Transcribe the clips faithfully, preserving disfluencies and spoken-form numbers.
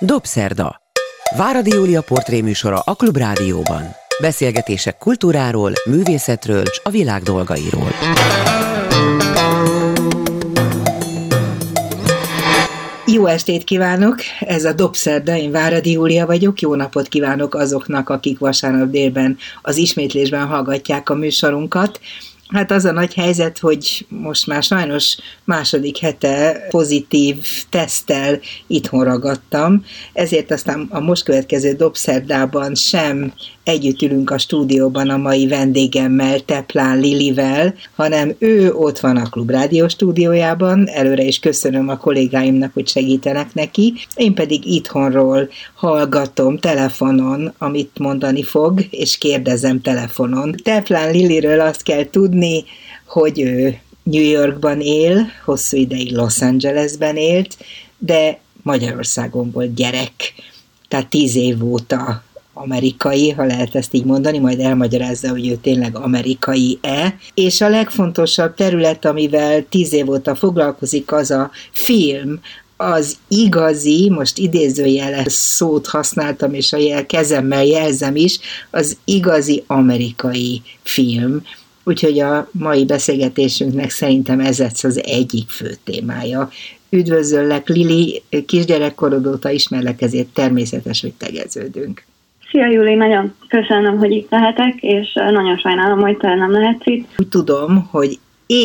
Dobszerda. Váradi Júlia portréműsora a Klubrádióban. Beszélgetések kultúráról, művészetről és a világ dolgairól. Jó estét kívánok! Ez a Dobszerda, én Váradi Júlia vagyok. Jó napot kívánok azoknak, akik vasárnap délben az ismétlésben hallgatják a műsorunkat. Hát az a nagy helyzet, hogy most már sajnos második hete pozitív teszttel itthon ragadtam, ezért aztán a most következő Dobszerdában sem együtt ülünk a stúdióban a mai vendégemmel, Teplán Lilivel, hanem ő ott van a Klubrádió stúdiójában, előre is köszönöm a kollégáimnak, hogy segítenek neki, én pedig itthonról hallgatom telefonon, amit mondani fog, és kérdezem telefonon. Teplán Liliről azt kell tudni, hogy ő New Yorkban él, hosszú ideig Los Angelesben élt, de Magyarországon volt gyerek, tehát tíz év óta amerikai, ha lehet ezt így mondani, majd elmagyarázza, hogy ő tényleg amerikai-e. És a legfontosabb terület, amivel tíz év óta foglalkozik, az a film, az igazi, most idézőjeles szót használtam, és a jel, kezemmel jelzem is, az igazi amerikai film. Úgyhogy a mai beszélgetésünknek szerintem ez lesz az egyik fő témája. Üdvözöllek, Lili, kisgyerekkorod óta ismerlek, ezért természetes, hogy tegeződünk. Szia, Júli, nagyon köszönöm, hogy itt lehetek, és nagyon sajnálom, hogy te nem lehetsz itt. Úgy tudom, hogy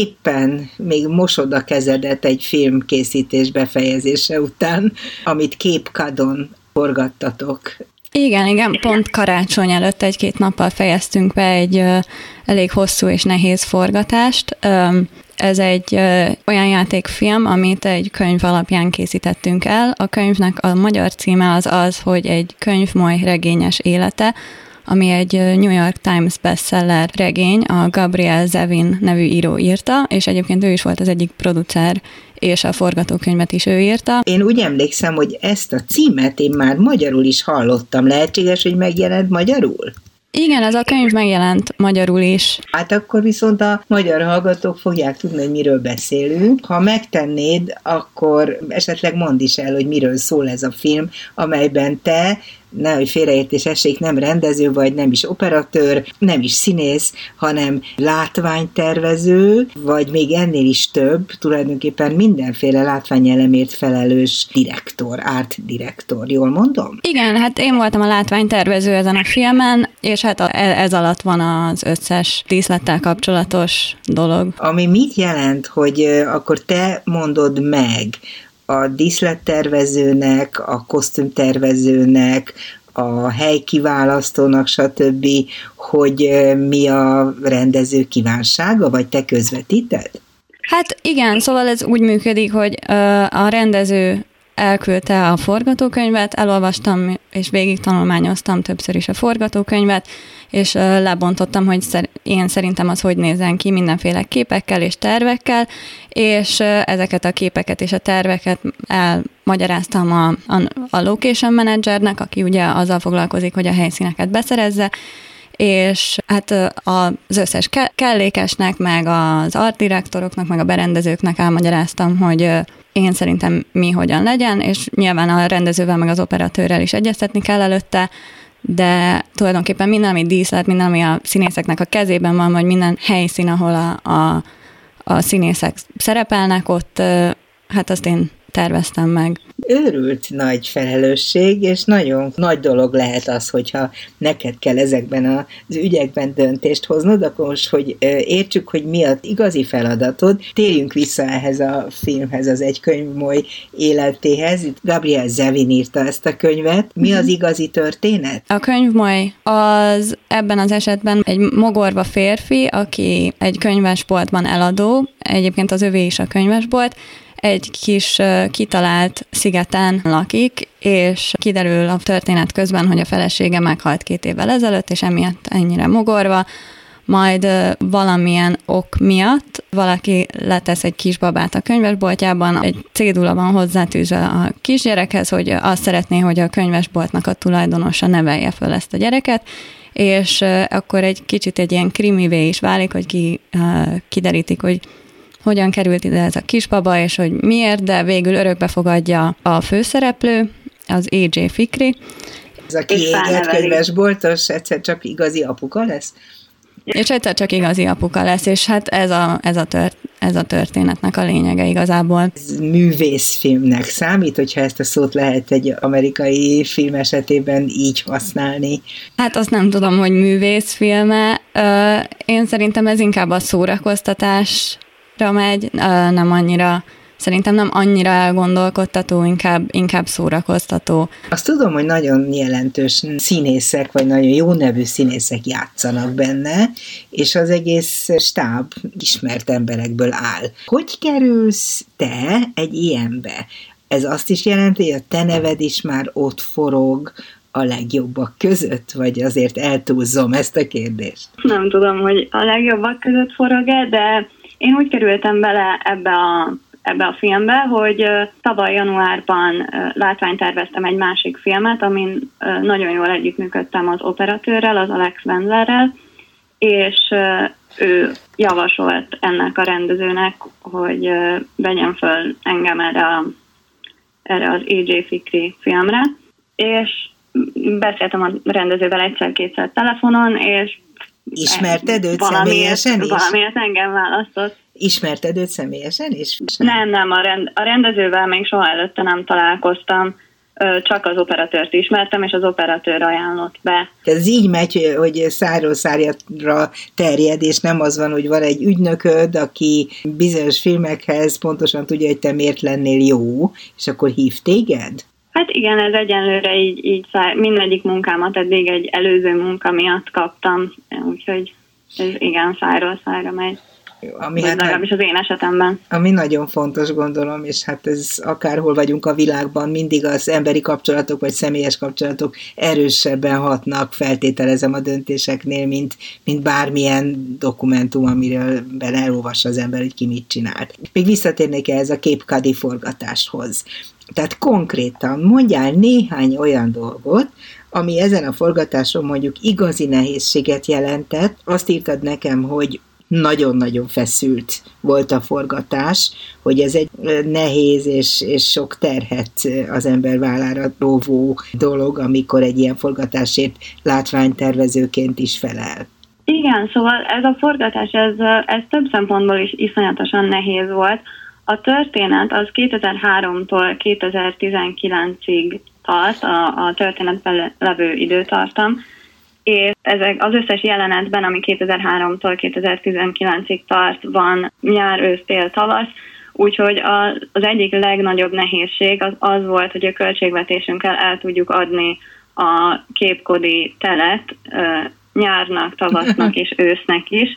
éppen még mosod a kezedet egy filmkészítés befejezése után, amit Cape Codon forgattatok. Igen, igen, pont karácsony előtt egy-két nappal fejeztünk be egy ö, elég hosszú és nehéz forgatást. Ö, ez egy ö, olyan játékfilm, amit egy könyv alapján készítettünk el. A könyvnek a magyar címe az az, hogy egy könyvmoly regényes élete, ami egy New York Times bestseller regény, a Gabriel Zevin nevű író írta, és egyébként ő is volt az egyik producer, és a forgatókönyvet is ő írta. Én úgy emlékszem, hogy ezt a címet én már magyarul is hallottam. Lehetséges, hogy megjelent magyarul? Igen, ez a könyv megjelent magyarul is. Hát akkor viszont a magyar hallgatók fogják tudni, hogy miről beszélünk. Ha megtennéd, akkor esetleg mondd is el, hogy miről szól ez a film, amelyben te, nehogy félreértés essék, nem rendező vagy, nem is operatőr, nem is színész, hanem látványtervező, vagy még ennél is több, tulajdonképpen mindenféle látványelemért felelős direktor, art direktor, jól mondom? Igen, hát én voltam a látványtervező ezen a filmen, és hát ez alatt van az összes díszlettel kapcsolatos dolog. Ami mit jelent, hogy akkor te mondod meg a díszlettervezőnek, a kosztümtervezőnek, a helykiválasztónak, stb., hogy mi a rendező kívánsága, vagy te közvetíted? Hát igen, szóval ez úgy működik, hogy a rendező elküldte a forgatókönyvet, elolvastam és végig tanulmányoztam többször is a forgatókönyvet, és lebontottam, hogy én szerintem az hogy nézzen ki mindenféle képekkel és tervekkel, és ezeket a képeket és a terveket elmagyaráztam a, a, a location managernek, aki ugye azzal foglalkozik, hogy a helyszíneket beszerezze, és hát az összes kellékesnek, meg az art direktoroknak, meg a berendezőknek elmagyaráztam, hogy én szerintem mi hogyan legyen, és nyilván a rendezővel, meg az operatőrrel is egyeztetni kell előtte, de tulajdonképpen minden, ami díszlet, minden, ami a színészeknek a kezében van, vagy minden helyszín, ahol a, a, a színészek szerepelnek, ott hát azt én terveztem meg. Őrült nagy felelősség, és nagyon nagy dolog lehet az, hogyha neked kell ezekben az ügyekben döntést hoznod, akkor most, hogy értsük, hogy mi az igazi feladatod, térjünk vissza ehhez a filmhez, az Egy könyvmoly életéhez. Itt Gabriel Zevin írta ezt a könyvet. Mi az igazi történet? A könyvmoly az ebben az esetben egy mogorva férfi, aki egy könyvesboltban eladó, egyébként az övé is a könyvesbolt, egy kis kitalált szigeten lakik, és kiderül a történet közben, hogy a felesége meghalt két évvel ezelőtt, és emiatt ennyire mogorva, majd valamilyen ok miatt valaki letesz egy kisbabát a könyvesboltjában, egy cédula van hozzátűzve a kisgyerekhez, hogy azt szeretné, hogy a könyvesboltnak a tulajdonosa nevelje föl ezt a gyereket, és akkor egy kicsit egy ilyen krimivé is válik, hogy ki, kiderítik, hogy hogyan került ide ez a kisbaba, és hogy miért, de végül örökbe fogadja a főszereplő, az á jé Fikri. Ez a kiégett könyvesboltos egyszer csak igazi apuka lesz? És egyszer csak igazi apuka lesz, és hát ez a, ez a, tört, ez a történetnek a lényege igazából. Ez művészfilmnek számít, hogyha ezt a szót lehet egy amerikai film esetében így használni? Hát azt nem tudom, hogy művészfilme. Én szerintem ez inkább a szórakoztatásra megy, nem annyira... Szerintem nem annyira elgondolkodtató, inkább, inkább szórakoztató. Azt tudom, hogy nagyon jelentős színészek, vagy nagyon jó nevű színészek játszanak benne, és az egész stáb ismert emberekből áll. Hogy kerülsz te egy ilyenbe? Ez azt is jelenti, hogy a te neved is már ott forog a legjobbak között, vagy azért eltúzzom ezt a kérdést? Nem tudom, hogy a legjobbak között forog-e, de én úgy kerültem bele ebbe a ebbe a filmbe, hogy tavaly januárban látványterveztem egy másik filmet, amin nagyon jól együttműködtem az operatőrrel, az Alex Wendlerrel, és ő javasolt ennek a rendezőnek, hogy vegyen föl engem erre, a, erre az á jé Fikri filmre, és beszéltem a rendezővel egyszer-kétszer telefonon, és ismerted őt személyesen is? Valamiért engem választott. Ismerted őt személyesen is? Nem, nem, a, rend, a rendezővel még soha előtte nem találkoztam, csak az operatőrt ismertem, és az operatőr ajánlott be. Ez így megy, hogy szárról szárra terjed, és nem az van, hogy van egy ügynököd, aki bizonyos filmekhez pontosan tudja, hogy te miért lennél jó, és akkor hív téged? Hát igen, ez egyenlőre így, így szár, mindegyik munkámat eddig egy előző munka miatt kaptam, úgyhogy ez igen, szárról szárra megy. Ami hát legalábbis az én esetemben. Ami nagyon fontos, gondolom, és hát ez akárhol vagyunk a világban, mindig az emberi kapcsolatok vagy személyes kapcsolatok erősebben hatnak, feltételezem a döntéseknél, mint, mint bármilyen dokumentum, amiről elolvassa az ember, hogy ki mit csinált. Még visszatérnék ehhez a Cape Codi forgatáshoz. Tehát konkrétan mondjál néhány olyan dolgot, ami ezen a forgatáson mondjuk igazi nehézséget jelentett. Azt írtad nekem, hogy nagyon-nagyon feszült volt a forgatás, hogy ez egy nehéz és, és sok terhet az ember vállára róvó dolog, amikor egy ilyen forgatásért látványtervezőként is felel. Igen, szóval ez a forgatás, ez, ez több szempontból is iszonyatosan nehéz volt. A történet az kétezer-háromtól kétezer-tizenkilencig tart, a, a történetben levő időtartam, és ezek az összes jelenetben, ami kétezer-háromtól kétezer-tizenkilencig tart, van nyár, ősz, tél, tavasz, úgyhogy az egyik legnagyobb nehézség az, az volt, hogy a költségvetésünkkel el tudjuk adni a Cape Codi telet nyárnak, tavasznak és ősznek is.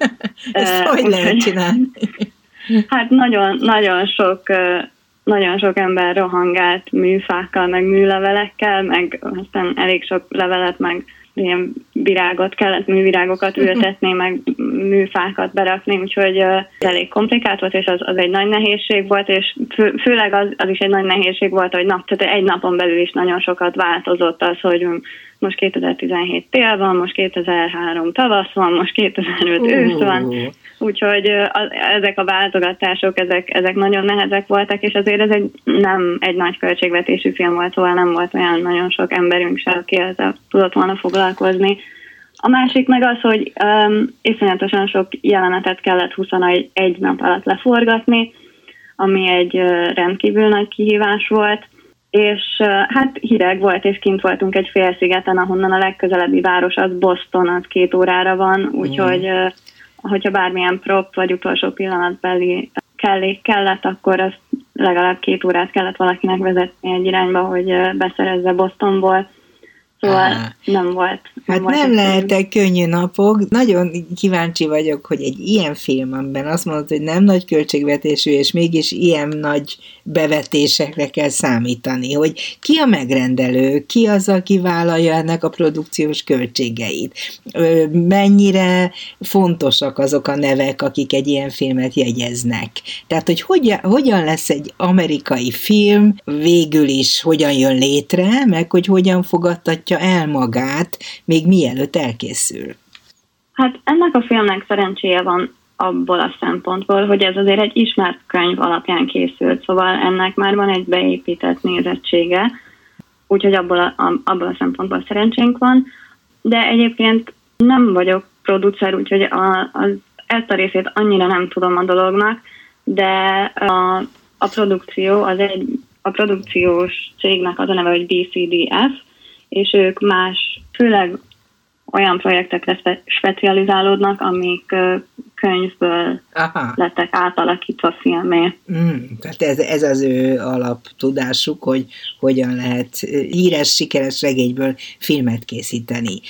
Ezt hogy lehet csinálni? Hát nagyon, nagyon sok... Nagyon sok ember rohangált műfákkal, meg műlevelekkel, meg aztán elég sok levelet, meg ilyen virágot kellett, művirágokat ültetni, meg műfákat berakni, úgyhogy uh, elég komplikált volt, és az, az egy nagy nehézség volt, és fő, főleg az, az is egy nagy nehézség volt, hogy nap, tehát egy napon belül is nagyon sokat változott az, hogy most kétezer-tizenhét tél van, most kétezer-három tavasz van, most kétezer-öt uh. ősz van, úgyhogy az, ezek a váltogatások, ezek, ezek nagyon nehezek voltak, és azért ez egy, nem egy nagy költségvetésű film volt, szóval nem volt olyan nagyon sok emberünk se, aki ezzel tudott volna foglalkozni. A másik meg az, hogy um, iszonyatosan sok jelenetet kellett huszonegy nap alatt leforgatni, ami egy uh, rendkívül nagy kihívás volt, és uh, hát hideg volt, és kint voltunk egy félszigeten, ahonnan a legközelebbi város az Boston, az két órára van, úgyhogy uh, hogyha bármilyen prop vagy utolsó pillanatbeli kellék kellett, akkor azt legalább két órát kellett valakinek vezetni egy irányba, hogy uh, beszerezze Bostonból. Szóval Á, nem volt. Nem hát volt nem lehettek könnyű napok. Nagyon kíváncsi vagyok, hogy egy ilyen film, amiben azt mondod, hogy nem nagy költségvetésű, és mégis ilyen nagy bevetésekre kell számítani, hogy ki a megrendelő, ki az, aki vállalja ennek a produkciós költségeit. Mennyire fontosak azok a nevek, akik egy ilyen filmet jegyeznek. Tehát, hogy hogyan, hogyan lesz egy amerikai film, végül is hogyan jön létre, meg hogy hogyan fogadtatja el magát, még mielőtt elkészül. Hát ennek a filmnek szerencséje van abból a szempontból, hogy ez azért egy ismert könyv alapján készült, szóval ennek már van egy beépített nézettsége, úgyhogy abból a, abból a szempontból szerencsénk van, de egyébként nem vagyok producer, úgyhogy a, az, ezt a részét annyira nem tudom a dolognak, de a, a produkció, az egy, a produkciós cégnek az a neve, hogy bé cé dé ef, és ők más, főleg olyan projektekre spe- specializálódnak, amik könyvből Aha. lettek átalakítva filmé. Mm, tehát ez, ez az ő alaptudásuk, hogy hogyan lehet híres, sikeres regényből filmet készíteni.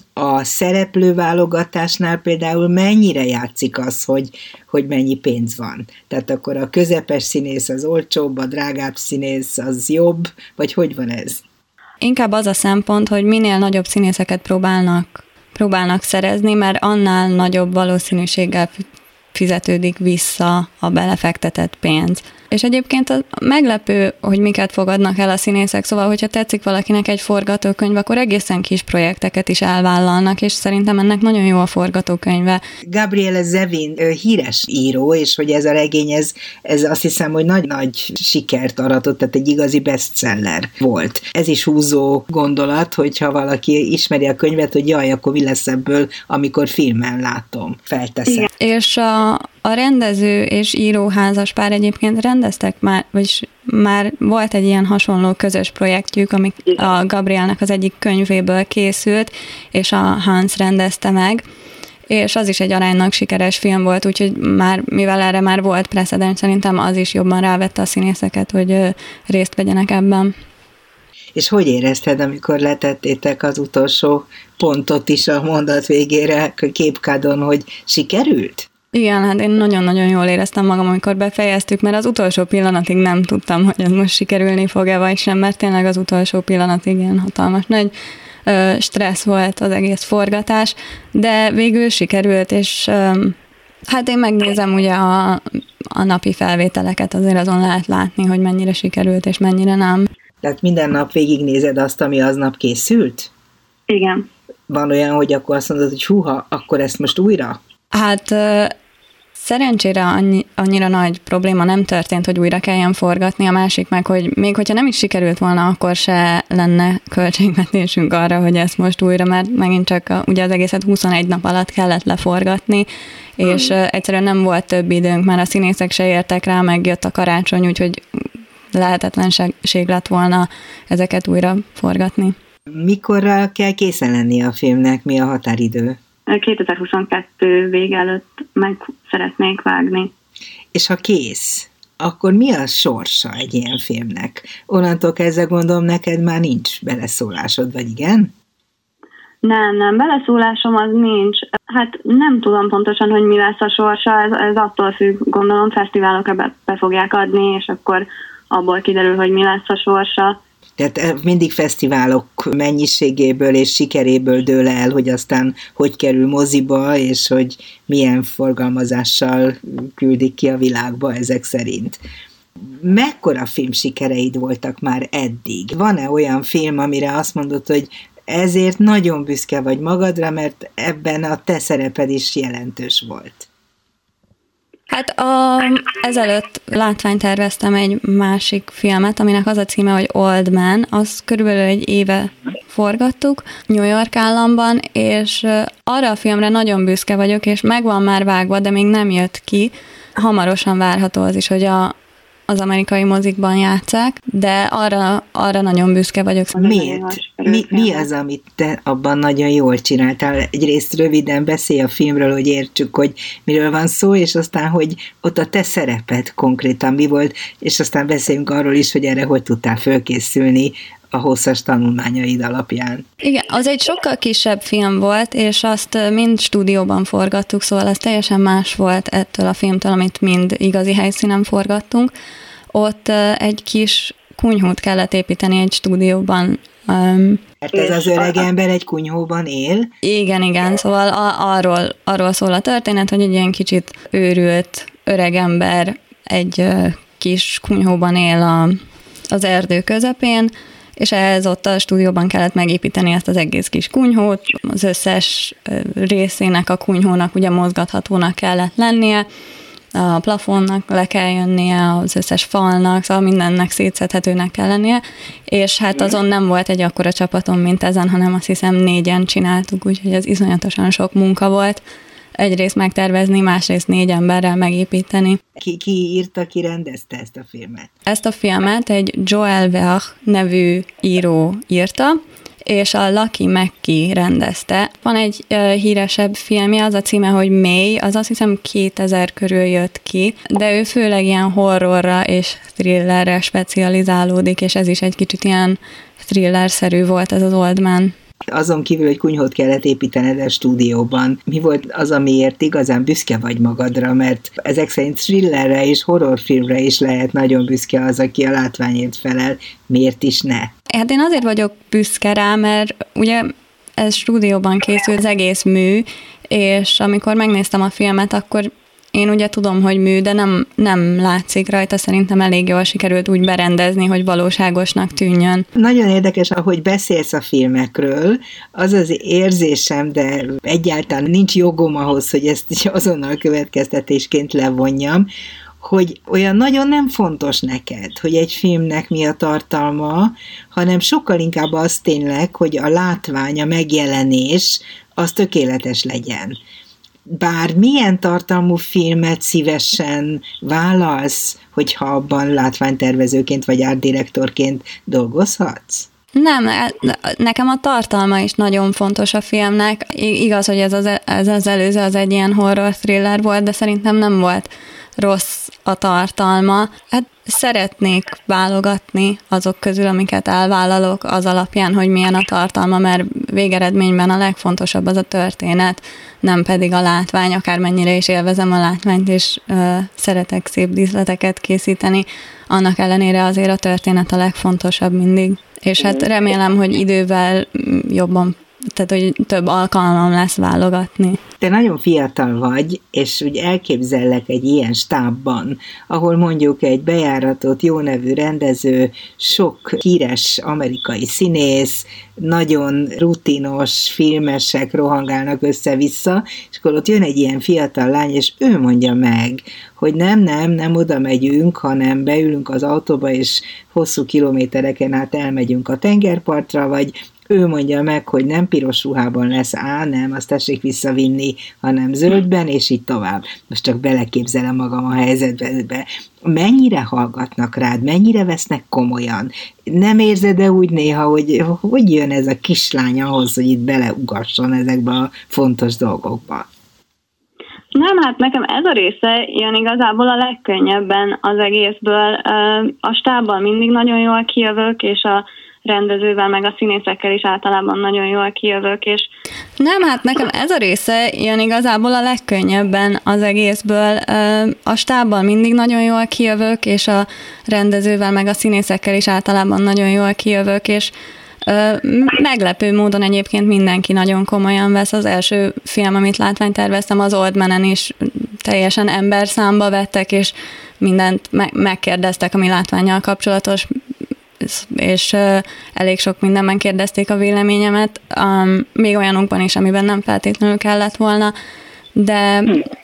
A szereplőválogatásnál például mennyire játszik az, hogy, hogy mennyi pénz van? Tehát akkor a közepes színész az olcsóbb, a drágább színész az jobb, vagy hogy van ez? Inkább az a szempont, hogy minél nagyobb színészeket próbálnak, próbálnak szerezni, mert annál nagyobb valószínűséggel fizetődik vissza a belefektetett pénz. És egyébként az meglepő, hogy miket fogadnak el a színészek, szóval, hogyha tetszik valakinek egy forgatókönyv, akkor egészen kis projekteket is elvállalnak, és szerintem ennek nagyon jó a forgatókönyve. Gabriele Zevin híres író, és hogy ez a regény, ez, ez azt hiszem, hogy nagy-nagy sikert aratott, tehát egy igazi bestseller volt. Ez is húzó gondolat, hogyha valaki ismeri a könyvet, hogy jaj, akkor mi lesz ebből, amikor filmen látom, felteszem. Igen. És a, a rendező és íróházas pár egyébként rendeztek már, vagyis már volt egy ilyen hasonló közös projektjük, ami a Gabrielnek az egyik könyvéből készült, és a Hans rendezte meg, és az is egy aránylag sikeres film volt, úgyhogy már, mivel erre már volt precedens, szerintem az is jobban rávette a színészeket, hogy részt vegyenek ebben. És hogy érezted, amikor letettétek az utolsó pontot is a mondat végére képkádon, hogy sikerült? Igen, hát én nagyon-nagyon jól éreztem magam, amikor befejeztük, mert az utolsó pillanatig nem tudtam, hogy ez most sikerülni fog-e vagy sem, mert tényleg az utolsó pillanatig ilyen hatalmas nagy ö, stressz volt az egész forgatás, de végül sikerült, és ö, hát én megnézem ugye a, a napi felvételeket, azért azon lehet látni, hogy mennyire sikerült, és mennyire nem. Tehát minden nap végignézed azt, ami aznap készült? Igen. Van olyan, hogy akkor azt mondod, hogy húha, akkor ezt most újra? Hát ö, szerencsére annyi, annyira nagy probléma nem történt, hogy újra kelljen forgatni, a másik meg, hogy még hogyha nem is sikerült volna, akkor se lenne költségvetésünk arra, hogy ezt most újra, mert megint csak a, ugye az egészet huszonegy nap alatt kellett leforgatni, és mm. egyszerűen nem volt több időnk, mert a színészek se értek rá, meg jött a karácsony, úgyhogy lehetetlenség lett volna ezeket újra forgatni. Mikorra kell készen lenni a filmnek? Mi a határidő? kétezer-huszonkettő vége előtt meg szeretnék vágni. És ha kész, akkor mi a sorsa egy ilyen filmnek? Onnantól kezdve gondolom, neked már nincs beleszólásod, vagy igen? Nem, nem, beleszólásom az nincs. Hát nem tudom pontosan, hogy mi lesz a sorsa, ez, ez attól függ, gondolom, fesztiválokra be, be fogják adni, és akkor abból kiderül, hogy mi lesz a sorsa. Tehát mindig fesztiválok mennyiségéből és sikeréből dől el, hogy aztán hogy kerül moziba, és hogy milyen forgalmazással küldik ki a világba ezek szerint. Mekkora filmsikereid voltak már eddig? Van-e olyan film, amire azt mondod, hogy ezért nagyon büszke vagy magadra, mert ebben a te szereped is jelentős volt? Hát a, ezelőtt látványterveztem egy másik filmet, aminek az a címe, hogy Old Man, azt körülbelül egy éve forgattuk New York államban, és arra a filmre nagyon büszke vagyok, és megvan már vágva, de még nem jött ki. Hamarosan várható az is, hogy a, az amerikai mozikban játsszák, de arra, arra nagyon büszke vagyok. Miért? Mi, mi az, amit te abban nagyon jól csináltál? Egyrészt röviden beszélj a filmről, hogy értsük, hogy miről van szó, és aztán, hogy ott a te szereped konkrétan mi volt, és aztán beszéljünk arról is, hogy erre hogy tudtál fölkészülni a hosszas tanulmányaid alapján. Igen, az egy sokkal kisebb film volt, és azt mind stúdióban forgattuk, szóval ez teljesen más volt ettől a filmtől, amit mind igazi helyszínen forgattunk. Ott egy kis kunyhót kellett építeni egy stúdióban. Hát ez az öreg ember egy kunyhóban él? Igen, igen, szóval a, arról, arról szól a történet, hogy egy ilyen kicsit őrült öreg ember egy kis kunyhóban él a, az erdő közepén, és ehhez ott a stúdióban kellett megépíteni ezt az egész kis kunyhót, az összes részének a kunyhónak ugye mozgathatónak kellett lennie, a plafonnak le kell jönnie, az összes falnak, szóval mindennek szétszedhetőnek kell lennie, és hát azon nem volt egy akkora csapatom, mint ezen, hanem azt hiszem négyen csináltuk, úgyhogy ez iszonyatosan sok munka volt. Egyrészt megtervezni, másrészt négy emberrel megépíteni. Ki, ki írta, ki rendezte ezt a filmet? Ezt a filmet egy Joel Verne nevű író írta, és a Lucky Mackey rendezte. Van egy uh, híresebb filmje, az a címe, hogy May, az azt hiszem kétezer körül jött ki, de ő főleg ilyen horrorra és thrillerre specializálódik, és ez is egy kicsit ilyen thriller-szerű volt ez az Old Man. Azon kívül, hogy kunyhót kellett építened a stúdióban, mi volt az, amiért igazán büszke vagy magadra, mert ezek szerint thrillerre és horrorfilmre is lehet nagyon büszke az, aki a látványért felel. Miért is ne? Hát én azért vagyok büszke rá, mert ugye ez stúdióban készült az egész mű, és amikor megnéztem a filmet, akkor én ugye tudom, hogy mű, de nem, nem látszik rajta, szerintem elég jól sikerült úgy berendezni, hogy valóságosnak tűnjön. Nagyon érdekes, ahogy beszélsz a filmekről, az az érzésem, de egyáltalán nincs jogom ahhoz, hogy ezt azonnal következtetésként levonjam, hogy olyan nagyon nem fontos neked, hogy egy filmnek mi a tartalma, hanem sokkal inkább az tényleg, hogy a látvány, a megjelenés, az tökéletes legyen. Bár milyen tartalmú filmet szívesen vállalsz, hogyha abban látványtervezőként vagy ártdirektorként dolgozhatsz? Nem, nekem a tartalma is nagyon fontos a filmnek. Igaz, hogy ez az, ez az előző az egy ilyen horror thriller volt, de szerintem nem volt rossz a tartalma. Hát szeretnék válogatni azok közül, amiket elvállalok az alapján, hogy milyen a tartalma, mert végeredményben a legfontosabb az a történet, nem pedig a látvány, akármennyire is élvezem a látványt, és ö, szeretek szép díszleteket készíteni, annak ellenére azért a történet a legfontosabb mindig. És hát remélem, hogy idővel jobban, tehát hogy több alkalmam lesz válogatni. Te nagyon fiatal vagy, és úgy elképzellek egy ilyen stábban, ahol mondjuk egy bejáratott, jó nevű rendező, sok híres amerikai színész, nagyon rutinos filmesek rohangálnak össze-vissza, és akkor ott jön egy ilyen fiatal lány, és ő mondja meg, hogy nem, nem, nem oda megyünk, hanem beülünk az autóba, és hosszú kilométereken át elmegyünk a tengerpartra, vagy ő mondja meg, hogy nem piros ruhában lesz, á, nem, azt tessék visszavinni, hanem zöldben, és így tovább. Most csak beleképzelem magam a helyzetbe. Mennyire hallgatnak rád, mennyire vesznek komolyan? Nem érzed-e úgy néha, hogy hogy jön ez a kislány ahhoz, hogy itt beleugasson ezekbe a fontos dolgokba? Nem, hát nekem ez a része jön igazából a legkönnyebben az egészből. A stábban mindig nagyon jól kijövök, és a rendezővel, meg a színészekkel is általában nagyon jól kijövök, és... Nem, hát nekem ez a része jön igazából a legkönnyebben az egészből. A stábban mindig nagyon jól kijövök, és a rendezővel, meg a színészekkel is általában nagyon jól kijövök, és meglepő módon egyébként mindenki nagyon komolyan vesz. Az első film, amit látványterveztem, az Old Man-en is teljesen emberszámba vettek, és mindent megkérdeztek, ami látvánnyal kapcsolatos, és uh, elég sok mindenben kérdezték a véleményemet, um, még olyanokban is, amiben nem feltétlenül kellett volna, de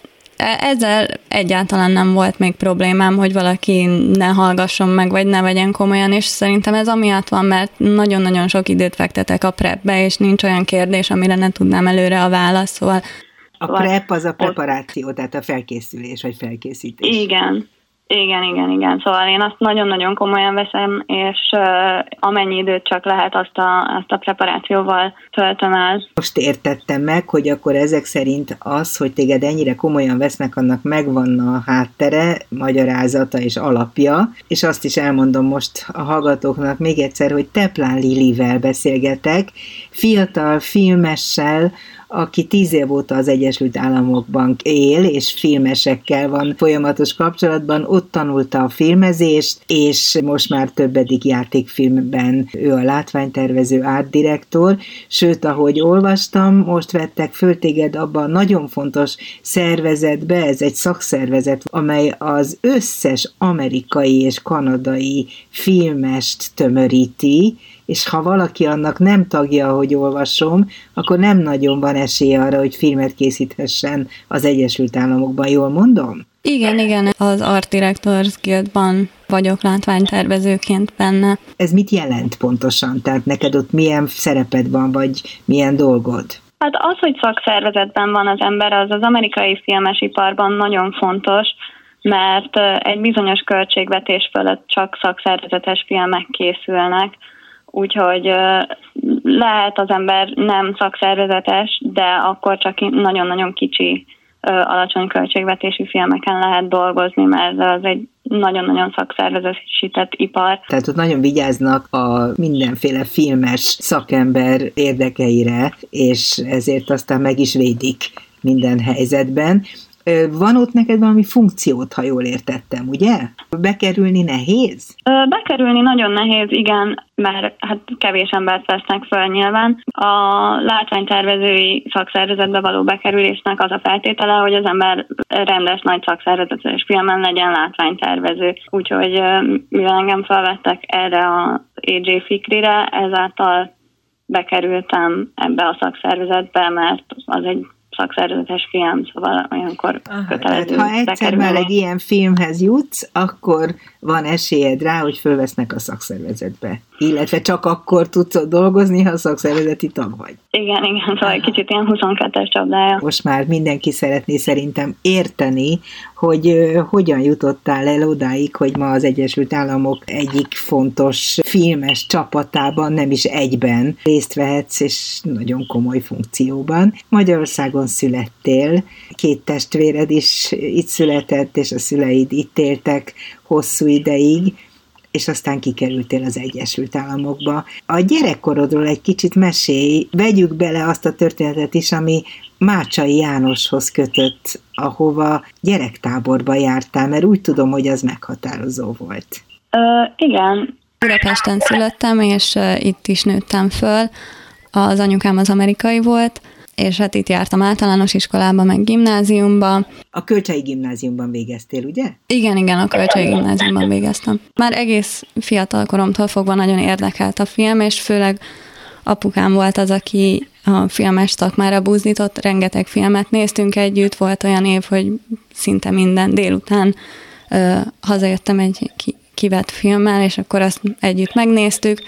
ezzel egyáltalán nem volt még problémám, hogy valaki ne hallgasson meg, vagy ne vegyen komolyan, és szerintem ez amiatt van, mert nagyon-nagyon sok időt fektetek a prepbe, és nincs olyan kérdés, amire ne tudnám előre a választ, szóval... A prep az a preparáció, tehát a felkészülés, vagy felkészítés. Igen. Igen, igen, igen. Szóval én azt nagyon-nagyon komolyan veszem, és uh, amennyi időt csak lehet, azt a, azt a preparációval töltöm el. Most értettem meg, hogy akkor ezek szerint az, hogy téged ennyire komolyan vesznek, annak megvan a háttere, magyarázata és alapja, és azt is elmondom most a hallgatóknak még egyszer, hogy Teplán Lilivel beszélgetek, fiatal filmessel, aki tíz év óta az Egyesült Államokban él, és filmesekkel van folyamatos kapcsolatban, ott tanulta a filmezést, és most már többedik játékfilmben ő a látványtervező, ártdirektor, sőt, ahogy olvastam, most vettek föl téged abban nagyon fontos szervezetbe, ez egy szakszervezet, amely az összes amerikai és kanadai filmest tömöríti, és ha valaki annak nem tagja, hogy olvasom, akkor nem nagyon van esélye arra, hogy filmet készíthessen az Egyesült Államokban, jól mondom? Igen, igen, az Art Directors Guildban vagyok látványtervezőként benne. Ez mit jelent pontosan? Tehát neked ott milyen szereped van, vagy milyen dolgod? Hát az, hogy szakszervezetben van az ember, az az amerikai filmesiparban nagyon fontos, mert egy bizonyos költségvetés fölött csak szakszervezetes filmek készülnek, úgyhogy lehet az ember nem szakszervezetes, de akkor csak nagyon-nagyon kicsi, alacsony költségvetésű filmeken lehet dolgozni, mert az egy nagyon-nagyon szakszervezetesített ipar. Tehát ott nagyon vigyáznak a mindenféle filmes szakember érdekeire, és ezért aztán meg is védik minden helyzetben. Van ott neked valami funkciót, ha jól értettem, ugye? Bekerülni nehéz? Bekerülni nagyon nehéz, igen, mert hát kevés embert vesznek föl nyilván. A látványtervezői szakszervezetbe való bekerülésnek az a feltétele, hogy az ember rendes nagy szakszervezetes filmen legyen látványtervező. Úgyhogy mivel engem felvettek erre a á jé Fikrire, ezáltal bekerültem ebbe a szakszervezetbe, mert az egy szakszervezetes film, szóval olyankor Aha, kötelező. Ha egyszer már egy ilyen filmhez jutsz, akkor van esélyed rá, hogy fölvesznek a szakszervezetbe. Illetve csak akkor tudsz ott dolgozni, ha szakszervezeti tag vagy. Igen, igen, szóval egy kicsit ilyen huszonkettes csapdája. Most már mindenki szeretné szerintem érteni, hogy uh, hogyan jutottál el odáig, hogy ma az Egyesült Államok egyik fontos filmes csapatában, nem is egyben részt vehetsz, és nagyon komoly funkcióban. Magyarországon születtél, két testvéred is itt született, és a szüleid itt éltek hosszú ideig, és aztán kikerültél az Egyesült Államokba. A gyerekkorodról egy kicsit mesélj, vegyük bele azt a történetet is, ami Mácsai Jánoshoz kötött, ahova gyerektáborba jártál, mert úgy tudom, hogy az meghatározó volt. Uh, igen. Budapesten születtem, és uh, itt is nőttem föl. Az anyukám az amerikai volt, és hát itt jártam általános iskolába, meg gimnáziumba. A Kölcsei Gimnáziumban végeztél, ugye? Igen, igen, a Kölcsei Gimnáziumban végeztem. Már egész fiatal koromtól fogva nagyon érdekelt a film, és főleg apukám volt az, aki a filmes szakmára buzdított, rengeteg filmet néztünk együtt, volt olyan év, hogy szinte minden délután ö, hazajöttem egy kivett filmmel, és akkor azt együtt megnéztük.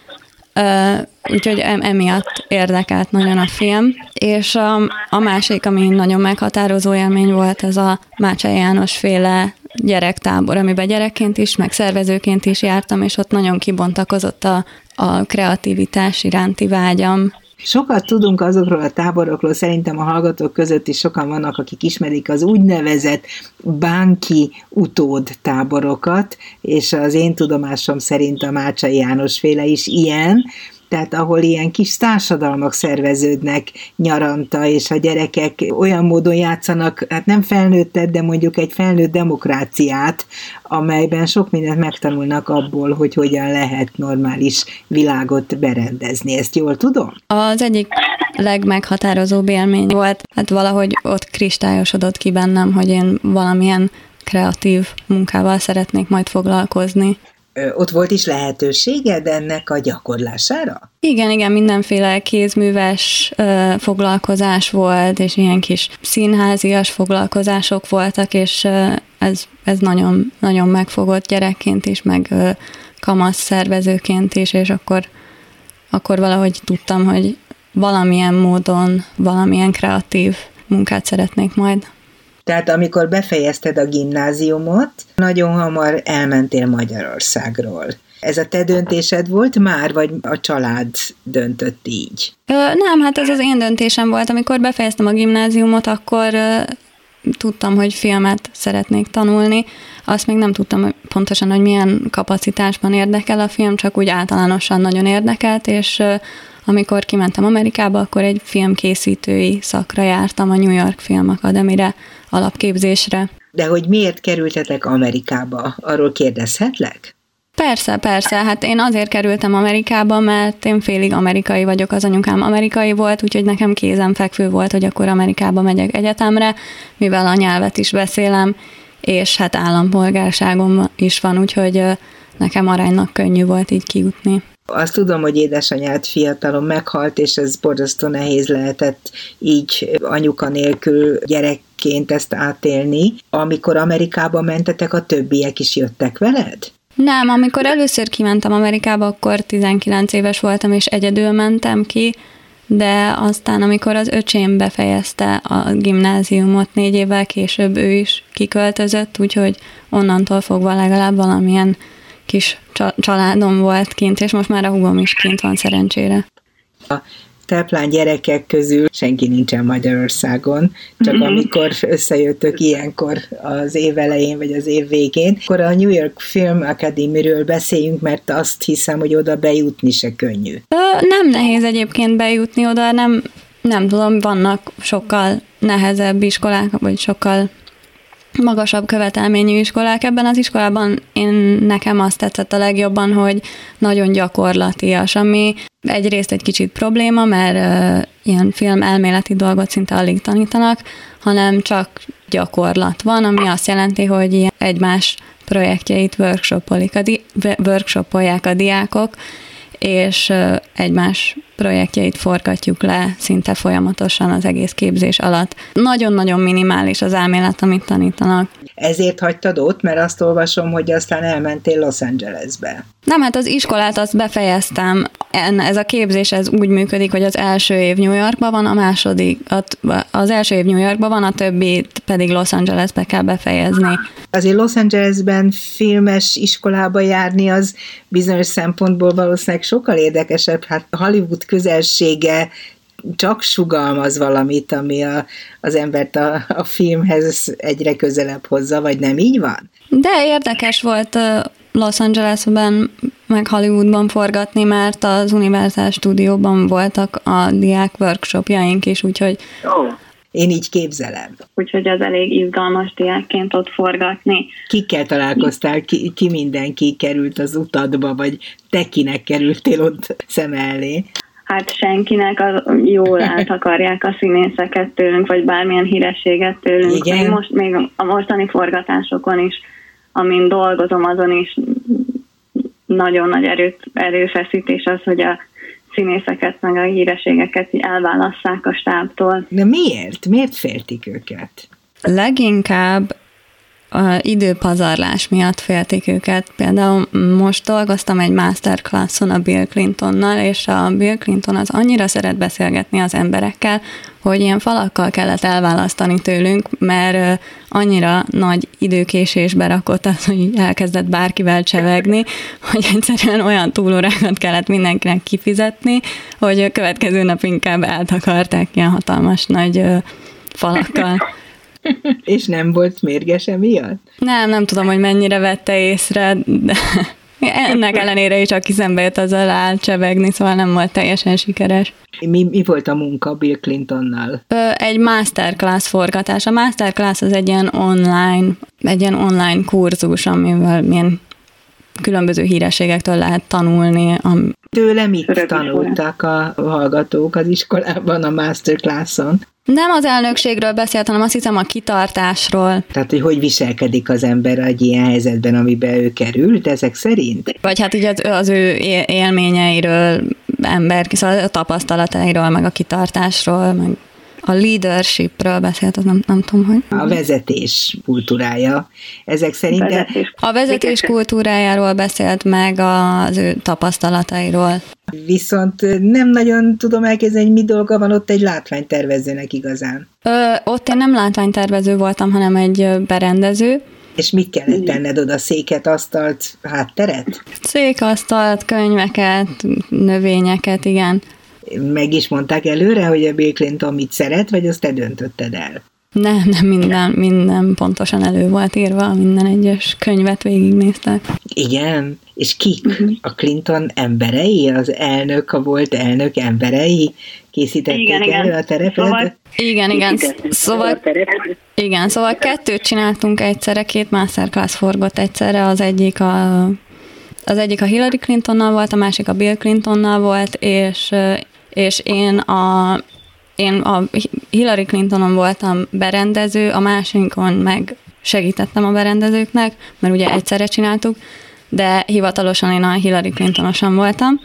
Uh, úgyhogy emiatt érdekelt nagyon a film, és a, a másik, ami nagyon meghatározó élmény volt, ez a Mácsai János féle gyerektábor, amiben gyerekként is, meg szervezőként is jártam, és ott nagyon kibontakozott a, a kreativitás iránti vágyam. Sokat tudunk azokról a táborokról, szerintem a hallgatók között is sokan vannak, akik ismerik az úgynevezett bánki utód táborokat, és az én tudomásom szerint a Mácsai János féle is ilyen, tehát ahol ilyen kis társadalmak szerveződnek nyaranta, és a gyerekek olyan módon játszanak, hát nem felnőttet, de mondjuk egy felnőtt demokráciát, amelyben sok mindent megtanulnak abból, hogy hogyan lehet normális világot berendezni. Ezt jól tudom? Az egyik legmeghatározóbb élmény volt, hát valahogy ott kristályosodott ki bennem, hogy én valamilyen kreatív munkával szeretnék majd foglalkozni. Ott volt is lehetőséged ennek a gyakorlására? Igen, igen, mindenféle kézműves ö, foglalkozás volt, és ilyen kis színházias foglalkozások voltak, és ö, ez, ez nagyon, nagyon megfogott gyerekként is, meg ö, kamasz szervezőként is, és akkor, akkor valahogy tudtam, hogy valamilyen módon, valamilyen kreatív munkát szeretnék majd. Tehát amikor befejezted a gimnáziumot, nagyon hamar elmentél Magyarországról. Ez a te döntésed volt már, vagy a család döntött így? Ö, nem, hát ez az én döntésem volt. Amikor befejeztem a gimnáziumot, akkor ö, tudtam, hogy filmet szeretnék tanulni. Azt még nem tudtam hogy pontosan, hogy milyen kapacitásban érdekel a film, csak úgy általánosan nagyon érdekelt, és ö, amikor kimentem Amerikába, akkor egy filmkészítői szakra jártam a New York Film Academy-re, alapképzésre. De hogy miért kerültetek Amerikába? Arról kérdezhetlek? Persze, persze. Hát én azért kerültem Amerikába, mert én félig amerikai vagyok, az anyukám amerikai volt, úgyhogy nekem kézenfekvő volt, hogy akkor Amerikába megyek egyetemre, mivel a nyelvet is beszélem, és hát állampolgárságom is van, úgyhogy nekem aránylag könnyű volt így kijutni. Azt tudom, hogy édesanyád fiatalon meghalt, és ez borzasztó nehéz lehetett így anyuka nélkül gyerekként ezt átélni. Amikor Amerikába mentetek, a többiek is jöttek veled? Nem, amikor először kimentem Amerikába, akkor tizenkilenc éves voltam, és egyedül mentem ki, de aztán, amikor az öcsém befejezte a gimnáziumot, négy évvel később ő is kiköltözött, úgyhogy onnantól fogva legalább valamilyen kis családom volt kint, és most már a húgom is kint van szerencsére. A táplán gyerekek közül senki nincsen Magyarországon, csak mm-hmm. amikor összejöttök ilyenkor az év elején, vagy az év végén, akkor a New York Film Academy-ről beszéljünk, mert azt hiszem, hogy oda bejutni se könnyű. Ö, nem nehéz egyébként bejutni oda, nem, nem tudom, vannak sokkal nehezebb iskolák, vagy sokkal magasabb követelményű iskolák. Ebben az iskolában én nekem azt tetszett a legjobban, hogy nagyon gyakorlatias, ami egyrészt egy kicsit probléma, mert uh, ilyen film elméleti dolgot szinte alig tanítanak, hanem csak gyakorlat van, ami azt jelenti, hogy ilyen egymás projektjeit workshopolik a di- workshopolják a diákok, és uh, egymás projektjeit forgatjuk le szinte folyamatosan az egész képzés alatt. Nagyon-nagyon minimális az elmélet, amit tanítanak. Ezért hagytad ott, mert azt olvasom, hogy aztán elmentél Los Angelesbe. Nem, hát az iskolát azt befejeztem. Ez a képzés ez úgy működik, hogy az első év New Yorkban van, a második, az első év New Yorkban van, a többi pedig Los Angelesbe kell befejezni. Azért Los Angelesben filmes iskolába járni az bizonyos szempontból valószínűleg sokkal érdekesebb. Hát Hollywood közelsége csak sugalmaz valamit, ami a, az embert a, a filmhez egyre közelebb hozza, vagy nem így van? De érdekes volt Los Angelesben, meg Hollywoodban forgatni, mert az Universal Studióban voltak a diák workshopjaink is, úgyhogy... Oh. Én így képzelem. Úgyhogy az elég izgalmas diákként ott forgatni. Kikkel találkoztál, ki, ki mindenki került az utadba, vagy te kinek kerültél ott szem elé? Hát senkinek, az jól eltakarják a színészeket tőlünk, vagy bármilyen hírességet tőlünk. Igen? Még, most, még a mostani forgatásokon is, amin dolgozom, azon is nagyon nagy erőt, erőfeszítés az, hogy a színészeket, meg a hírességeket elválasszák a stábtól. De miért? Miért féltik őket? Leginkább a időpazarlás miatt féltik őket. Például most dolgoztam egy masterclasson a Bill Clintonnal, és a Bill Clinton az annyira szeret beszélgetni az emberekkel, hogy ilyen falakkal kellett elválasztani tőlünk, mert annyira nagy időkésésbe rakott az, hogy elkezdett bárkivel csevegni, hogy egyszerűen olyan túlórákat kellett mindenkinek kifizetni, hogy a következő nap inkább eltakarták ilyen hatalmas nagy falakkal. És nem volt mérges emiatt? Nem, nem tudom, hogy mennyire vette észre, de ennek ellenére is, aki szembe jött, azzal elcsevegni, szóval nem volt teljesen sikeres. Mi, mi volt a munka Bill Clintonnal? Ö, egy masterclass forgatás. A masterclass az egy ilyen online, egy ilyen online kurzus, amivel milyen különböző hírességektől lehet tanulni. Am- Tőle mit tanultak a hallgatók az iskolában a masterclasson? Nem az elnökségről beszélt, hanem azt hiszem a kitartásról. Tehát, hogy hogy viselkedik az ember egy ilyen helyzetben, amiben ő került, ezek szerint? Vagy hát így az, az ő élményeiről, ember, szóval a tapasztalatairól, meg a kitartásról, meg a leadershipről beszélt, az nem, nem tudom, hogy... A vezetés kultúrája. Ezek szerint... Vezetés. A vezetés kultúrájáról beszélt, meg az ő tapasztalatairól. Viszont nem nagyon tudom elképzelni, hogy mi dolga van ott egy látványtervezőnek igazán. Ö, ott én nem látványtervező voltam, hanem egy berendező. És mit kellett tenned oda? Széket, asztalt, hátteret? Székasztalt, könyveket, növényeket, igen. Meg is mondták előre, hogy a Bill Clinton mit szeret, vagy azt te döntötted el? Nem, nem, minden, minden pontosan elő volt írva, minden egyes könyvet végignéztek. Igen, és kik? A Clinton emberei, az elnök, a volt elnök emberei készítették igen, elő igen. a terepet? Szóval, igen, igen, szóval, igen, szóval kettőt csináltunk egyszerre, két masterclass forgott egyszerre, az egyik a, az egyik a Hillary Clintonnal volt, a másik a Bill Clintonnal volt, és, és én a Én a Hillary Clintonon voltam berendező, a másikon meg segítettem a berendezőknek, mert ugye egyszerre csináltuk, de hivatalosan én a Hillary Clintonosan voltam.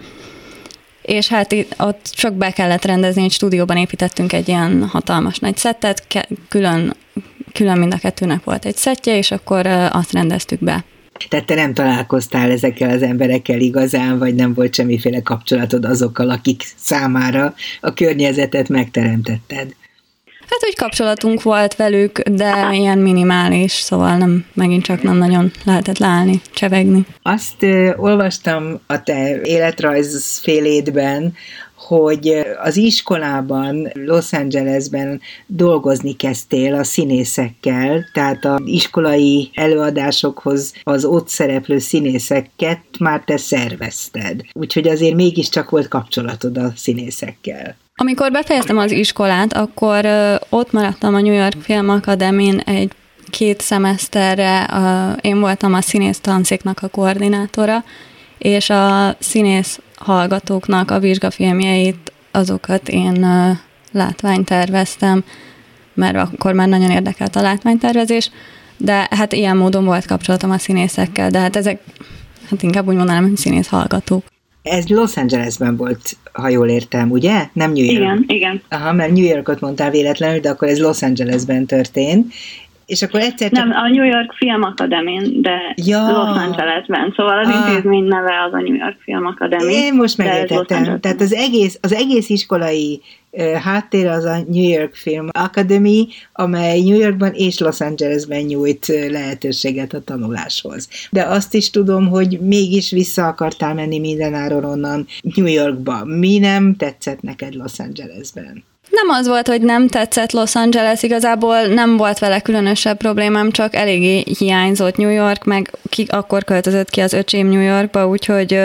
És hát itt, ott csak be kellett rendezni, egy stúdióban építettünk egy ilyen hatalmas nagy szettet, ke- külön, külön mind a kettőnek volt egy szettje, és akkor azt rendeztük be. Tehát te nem találkoztál ezekkel az emberekkel igazán, vagy nem volt semmiféle kapcsolatod azokkal, akik számára a környezetet megteremtetted? Hát úgy kapcsolatunk volt velük, de ilyen minimális, szóval nem, megint csak nem nagyon lehetett leállni, csevegni. Azt ö, olvastam a te életrajz félédben, hogy az iskolában, Los Angelesben dolgozni kezdtél a színészekkel, tehát az iskolai előadásokhoz az ott szereplő színészeket már te szervezted. Úgyhogy azért mégiscsak volt kapcsolatod a színészekkel. Amikor befejeztem az iskolát, akkor ö, ott maradtam a New York Film Academy-n egy két szemeszterre, ö, én voltam a színész tanszéknak a koordinátora, és a színész hallgatóknak a vizsgafilmjeit, azokat én ö, látványterveztem, mert akkor már nagyon érdekelt a látványtervezés, de hát ilyen módon volt kapcsolatom a színészekkel, de hát ezek, hát inkább úgy mondanám, hogy színész hallgatók. Ez Los Angelesben volt, ha jól értem, ugye? Nem New York? Igen, igen. Aha, mert New Yorkot mondtál véletlenül, de akkor ez Los Angelesben történt. És akkor egyszer csak... Nem, a New York Film Academy, de ja. Los Angelesben. Szóval az ah. intézmény neve az a New York Film Academy. Én most megértettem. Tehát az egész, az egész iskolai uh, háttér az a New York Film Academy, amely New Yorkban és Los Angelesben nyújt lehetőséget a tanuláshoz. De azt is tudom, hogy mégis vissza akartál menni mindenáron onnan New Yorkba. Mi nem tetszett neked Los Angelesben? Nem az volt, hogy nem tetszett Los Angeles, igazából nem volt vele különösebb problémám, csak eléggé hiányzott New York, meg ki, akkor költözött ki az öcsém New Yorkba, úgyhogy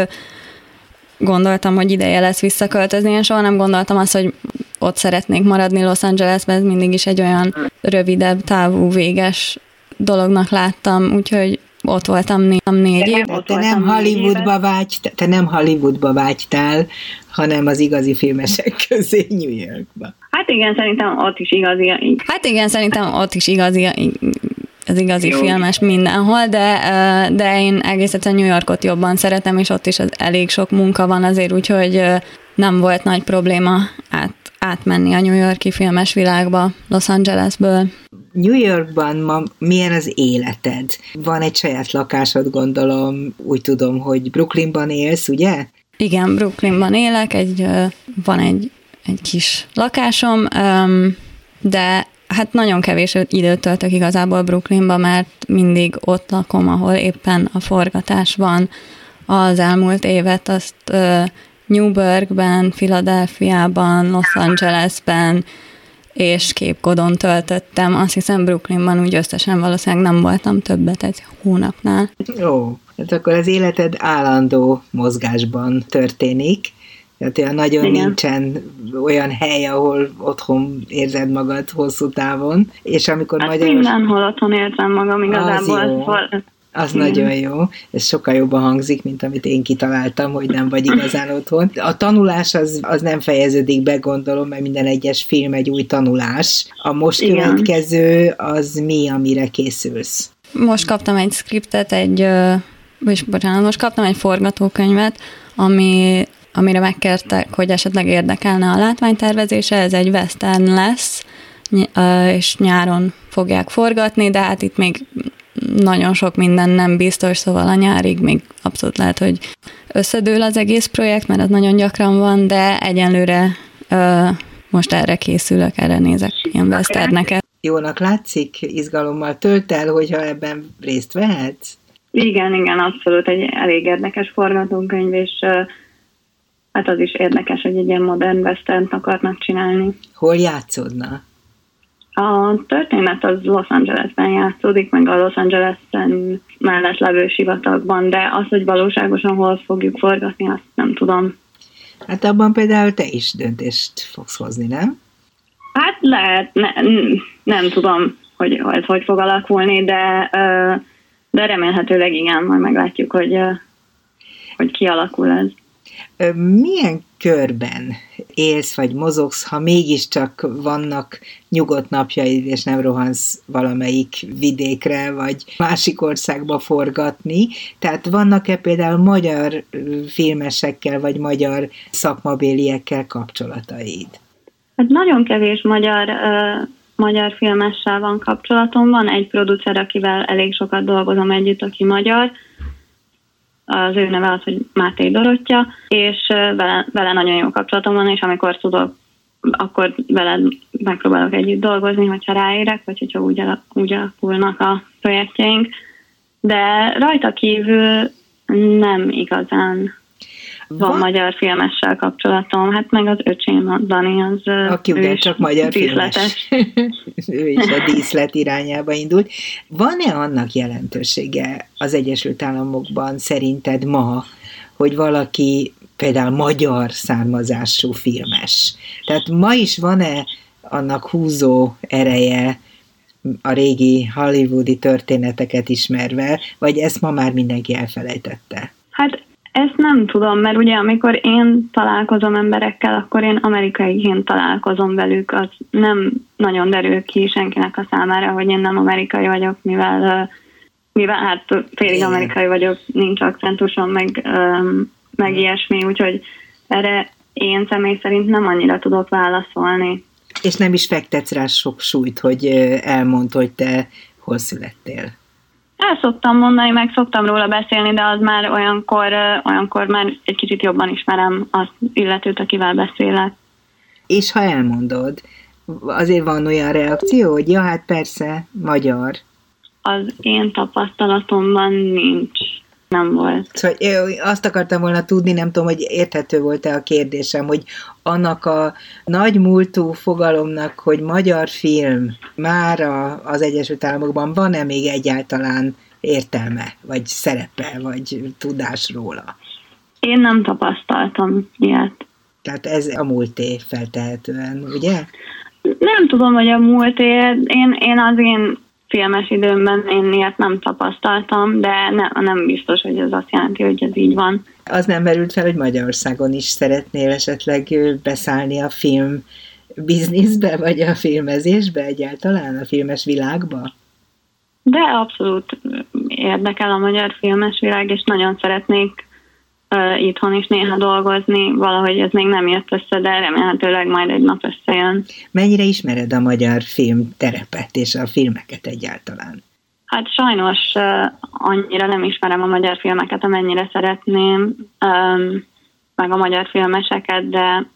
gondoltam, hogy ideje lesz visszaköltözni. Én soha nem gondoltam azt, hogy ott szeretnék maradni Los Angelesben, ez mindig is egy olyan rövidebb, távú, véges dolognak láttam, úgyhogy ott voltam né- négy év. Te, te nem Hollywoodba vágy, te, te nem Hollywoodba vágytál, hanem az igazi filmesek közé New Yorkba. Hát igen, szerintem ott is igazi. Hát igen, szerintem ott is igazi, az igazi Jó. filmes mindenhol, de, de én egész egyszerűen New Yorkot jobban szeretem, és ott is elég sok munka van azért, úgyhogy nem volt nagy probléma át, átmenni a New York-i filmes világba Los Angelesből. New Yorkban ma milyen az életed? Van egy saját lakásod, gondolom, úgy tudom, hogy Brooklynban élsz, ugye? Igen, Brooklynban élek, egy, van egy, egy kis lakásom, de hát nagyon kevés időt töltök igazából Brooklynban, mert mindig ott lakom, ahol éppen a forgatás van. Az elmúlt évet azt Newburghben, Philadelphiában, Los Angelesben és Cape Codon töltöttem. Azt hiszem Brooklynban úgy összesen valószínűleg nem voltam többet egy hónapnál. Ó, hát akkor az életed állandó mozgásban történik. Tehát olyan nagyon Igen. nincsen olyan hely, ahol otthon érzed magad hosszú távon. És amikor Hát Magyarország... mindenhol otthon érzem magam igazából. Az jó. Az igen. Nagyon jó. Ez sokkal jobban hangzik, mint amit én kitaláltam, hogy nem vagy igazán otthon. A tanulás az, az nem fejeződik be, gondolom, mert minden egyes film egy új tanulás. A most igen. következő az mi, amire készülsz? Most kaptam egy skriptet, egy, és bocsánat, most kaptam egy forgatókönyvet, ami, amire megkértek, hogy esetleg érdekelne a látványtervezése. Ez egy western lesz, és nyáron fogják forgatni, de hát itt még nagyon sok minden nem biztos, szóval a nyárig még abszolút lehet, hogy összedől az egész projekt, mert az nagyon gyakran van, de egyenlőre ö, most erre készülök, erre nézek ilyen westerneket. Jónak látszik, izgalommal tölt el, hogyha ebben részt vehetsz? Igen, igen, abszolút egy elég érdekes forgatókönyv, és uh, hát az is érdekes, hogy egy ilyen modern westernt akarnak csinálni. Hol játszódna? A történet az Los Angelesben játszódik, meg a Los Angelesen mellett levő sivatagban, de az, hogy valóságosan hol fogjuk forgatni, azt nem tudom. Hát abban például te is döntést fogsz hozni, nem? Hát lehet, ne, nem tudom, hogy ez hogy fog alakulni, de, de remélhetőleg igen, majd meglátjuk, hogy, hogy kialakul ez. Milyen körben élsz vagy mozogsz, ha mégiscsak vannak nyugodt napjaid, és nem rohansz valamelyik vidékre, vagy másik országba forgatni? Tehát vannak-e például magyar filmesekkel, vagy magyar szakmabéliekkel kapcsolataid? Hát nagyon kevés magyar, uh, magyar filmessel van kapcsolatom. Van egy producer, akivel elég sokat dolgozom együtt, aki magyar. Az ő neve az, hogy Máté Dorottya, és vele, vele nagyon jó kapcsolatom van, és amikor tudok, akkor vele megpróbálok együtt dolgozni, hogyha ráérek, vagy hogyha úgy, úgy alakulnak a projektjeink. De rajta kívül nem igazán van, van magyar filmessel kapcsolatom. Hát meg az öcsém, a Dani, az aki ugye csak magyar filmes. Ő is a díszlet irányába indult. Van-e annak jelentősége az Egyesült Államokban szerinted ma, hogy valaki például magyar származású filmes? Tehát ma is van-e annak húzó ereje a régi hollywoodi történeteket ismerve, vagy ezt ma már mindenki elfelejtette? Hát ezt nem tudom, mert ugye amikor én találkozom emberekkel, akkor én amerikaiként találkozom velük, az nem nagyon derül ki senkinek a számára, hogy én nem amerikai vagyok, mivel, mivel hát félig amerikai vagyok, nincs akcentusom, meg, meg ilyesmi, úgyhogy erre én személy szerint nem annyira tudok válaszolni. És nem is fektetsz rá sok súlyt, hogy elmondd, hogy te hol születtél? El szoktam mondani, meg szoktam róla beszélni, de az már olyankor, olyankor már egy kicsit jobban ismerem az illetőt, akivel beszélek. És ha elmondod, azért van olyan reakció, hogy ja, hát persze, magyar. Az én tapasztalatomban nincs. Nem volt. Szóval azt akartam volna tudni, nem tudom, hogy érthető volt-e a kérdésem, hogy annak a nagy múltú fogalomnak, hogy magyar film már az Egyesült Államokban van-e még egyáltalán értelme, vagy szerepe, vagy tudás róla? Én nem tapasztaltam ilyet. Tehát ez a múlté feltehetően, ugye? Nem tudom, hogy a múlté. Én, én az én filmes időmben én ilyet nem tapasztaltam, de ne, nem biztos, hogy ez azt jelenti, hogy ez így van. Az nem merült fel, hogy Magyarországon is szeretnél esetleg beszállni a film bizniszbe, vagy a filmezésbe egyáltalán, a filmes világba? De abszolút érdekel a magyar filmes világ, és nagyon szeretnék uh, itthon is néha dolgozni. Valahogy ez még nem jött össze, de remélhetőleg majd egy nap összejön. Mennyire ismered a magyar film terepet és a filmeket egyáltalán? Hát sajnos uh, annyira nem ismerem a magyar filmeket, amennyire szeretném, um, meg a magyar filmeseket, de,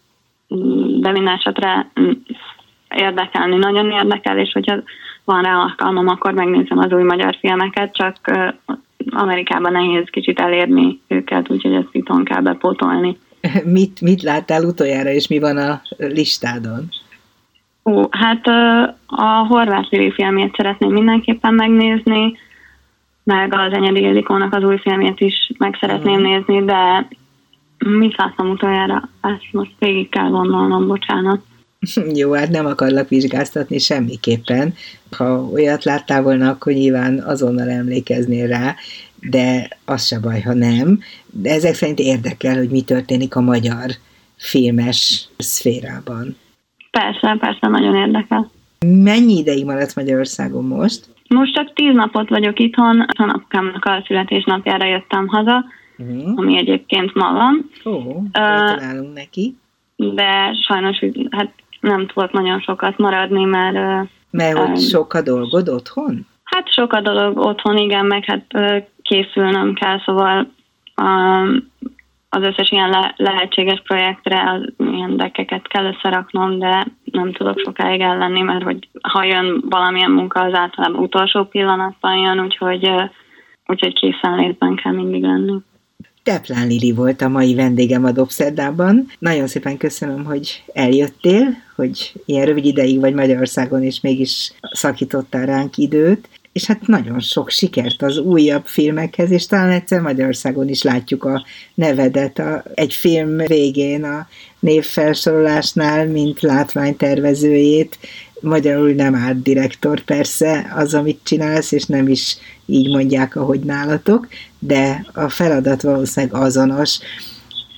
de minden esetre érdekelni nagyon érdekel, és hogyha van rá alkalmam, akkor megnézem az új magyar filmeket, csak uh, Amerikában nehéz kicsit elérni őket, úgyhogy ezt itthon kell bepótolni. Mit, mit láttál utoljára, és mi van a listádon? Ó, hát a Horváth Lili filmjét szeretném mindenképpen megnézni, meg az Enyedi Ildikónak az új filmjét is meg szeretném mm. nézni, de mit láttam utoljára? Ezt most végig kell gondolnom, bocsánat. Jó, hát nem akarlak vizsgáztatni semmiképpen. Ha olyat láttál volna, akkor nyilván azonnal emlékeznél rá, de az se baj, ha nem. De ezek szerint érdekel, hogy mi történik a magyar filmes szférában. Persze, persze, nagyon érdekel. Mennyi ideig maradsz Magyarországon most? Most csak tíz napot vagyok itthon. A napukámnak a születésnapjára jöttem haza, uh-huh. ami egyébként ma van. Ó, gratulálunk uh, neki. De sajnos hát nem tudok nagyon sokat maradni, mert... Mert hogy um, sok a dolgod otthon? Hát sok a dolog otthon, igen, meg hát készülnöm kell, szóval um, az összes ilyen le- lehetséges projektre az ilyen deckeket kell összeraknom, de nem tudok sokáig ellenni, mert hogy ha jön valamilyen munka, az általában utolsó pillanatban jön, úgyhogy, úgyhogy készenlétben kell mindig lenni. Teplán Lili volt a mai vendégem a Dobszerdában. Nagyon szépen köszönöm, hogy eljöttél, hogy ilyen rövid ideig vagy Magyarországon, és mégis szakítottál ránk időt, és hát nagyon sok sikert az újabb filmekhez, és talán egyszer Magyarországon is látjuk a nevedet a, egy film végén a névfelsorolásnál, mint látványtervezőjét. Magyarul nem ártdirektor persze az, amit csinálsz, és nem is így mondják, ahogy nálatok, de a feladat valószínűleg azonos.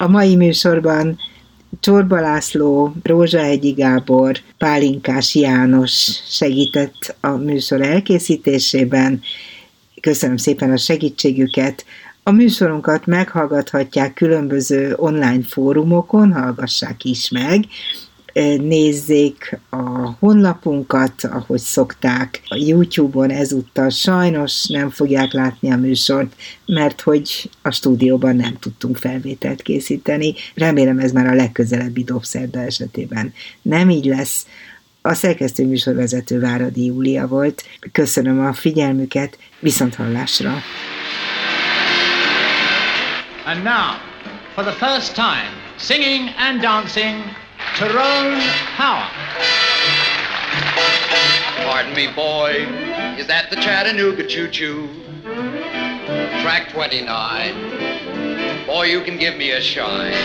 A mai műsorban Csorba László, Rózsahegyi Gábor, Pálinkás János segített a műsor elkészítésében. Köszönöm szépen a segítségüket. A műsorunkat meghallgathatják különböző online fórumokon, hallgassák is meg, nézzék a honlapunkat, ahogy szokták. A YouTube-on ezúttal sajnos nem fogják látni a műsort, mert hogy a stúdióban nem tudtunk felvételt készíteni. Remélem ez már a legközelebbi Dobszerda esetében nem így lesz. A szerkesztő műsorvezető Váradi Júlia volt. Köszönöm a figyelmüket, viszont hallásra! And now, for the first time, singing and dancing, Tyrone Power. Pardon me, boy, is that the Chattanooga choo-choo? Track twenty-nine, boy, you can give me a shine.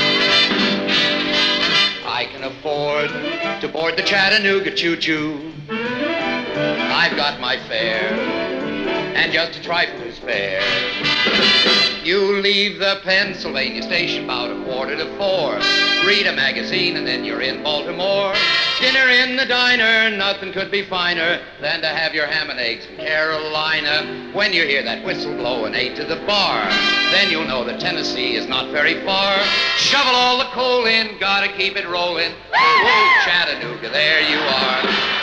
I can afford to board the Chattanooga choo-choo. I've got my fare, and just a trifle to spare. You leave the Pennsylvania station about a quarter to four. Read a magazine and then you're in Baltimore. Dinner in the diner, nothing could be finer than to have your ham and eggs in Carolina. When you hear that whistle blow and eight to the bar, then you'll know that Tennessee is not very far. Shovel all the coal in, gotta keep it rolling. Whoa, Chattanooga, there you are.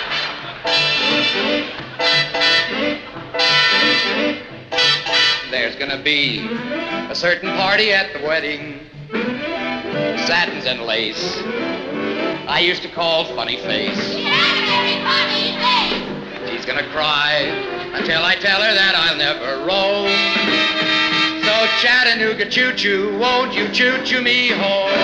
There's gonna be a certain party at the wedding, satins and lace, I used to call Funny Face. She had a very funny face. She's gonna cry until I tell her that I'll never roam. So Chattanooga choo-choo, won't you choo-choo me home?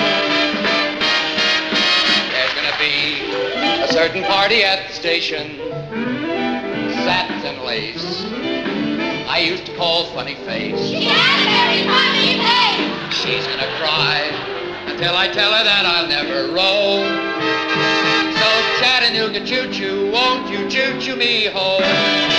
There's gonna be a certain party at the station, satins and lace, I used to call Funny Face. She had a very funny face. She's gonna cry until I tell her that I'll never roam. So Chattanooga choo-choo, won't you choo-choo me home?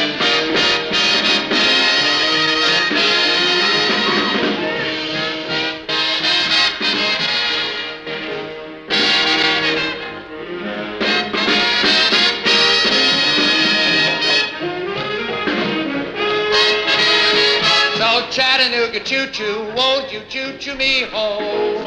Chattanooga choo-choo, won't you choo-choo me home?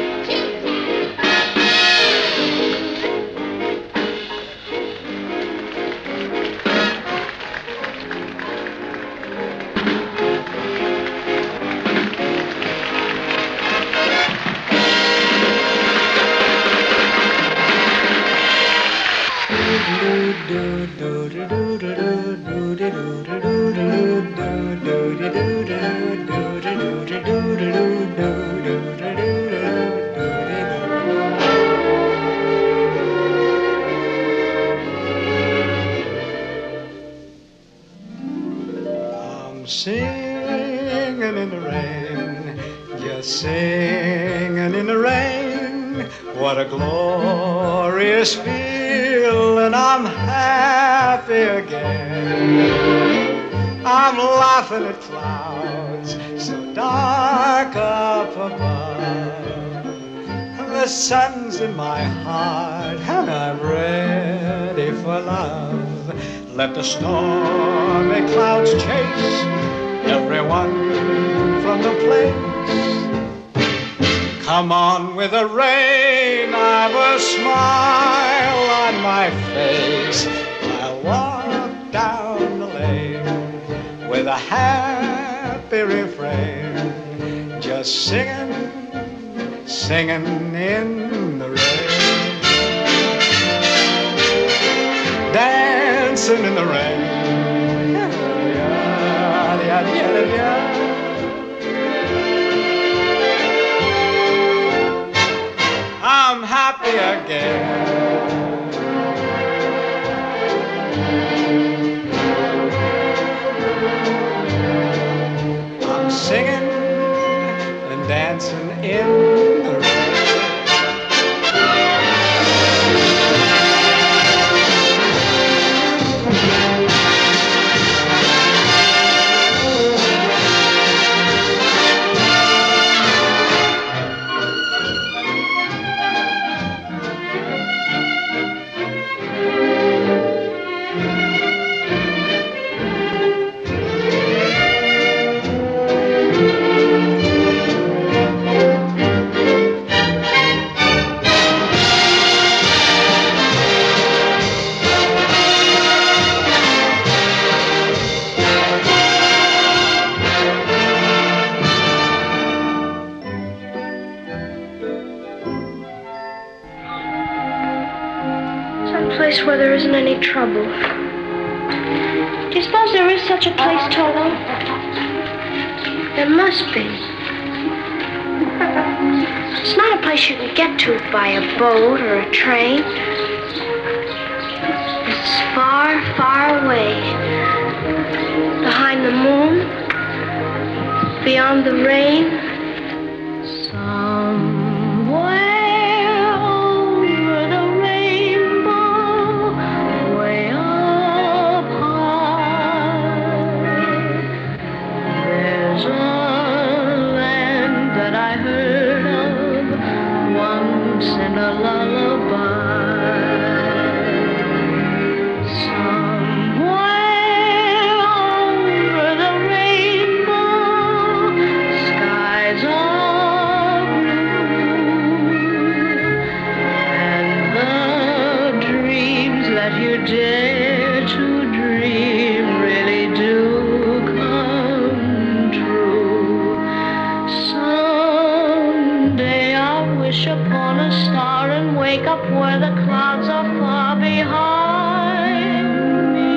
I'm singing in the rain, just singing in the rain. What a glorious feeling, I'm happy again. I'm laughing at clouds so dark up above. The sun's in my heart and I'm ready for love. Let the stormy clouds chase everyone from the place. Come on with the rain, I've a smile on my face. I'll walk down the lane with a happy refrain, just singing, singing in the rain. Dancing in the rain. I'm happy again. I'm singing and dancing in the rain. place where there isn't any trouble. Do you suppose there is such a place, Toto? There must be. It's not a place you can get to by a boat or a train. It's far, far away. Behind the moon, beyond the rain. Somewhere over the rainbow, way up high, there's a land that I heard of once in a lullaby. Dare to dream really do come true. Someday I'll wish upon a star and wake up where the clouds are far behind me,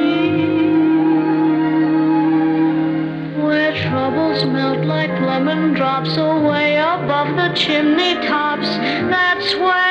where troubles melt like lemon drops away above the chimney tops. That's where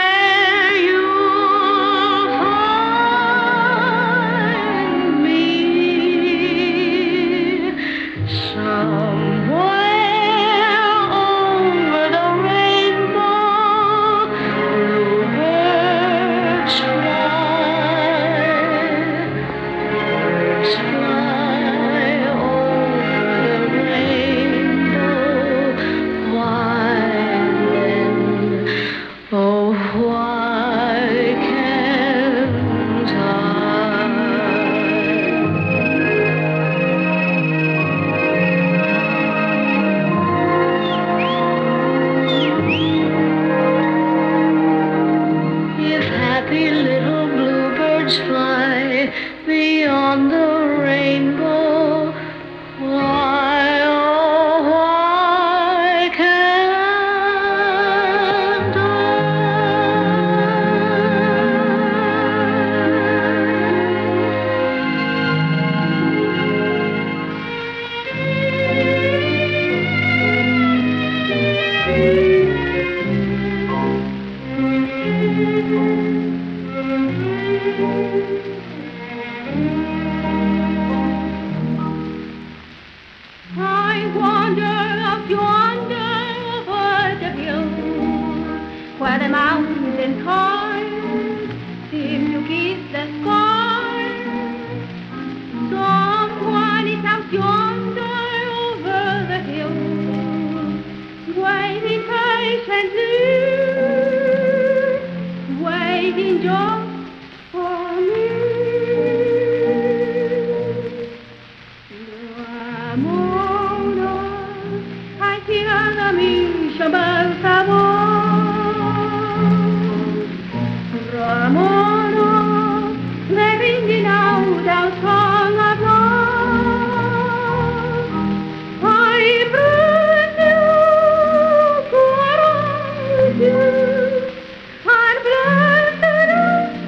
I'm blessed.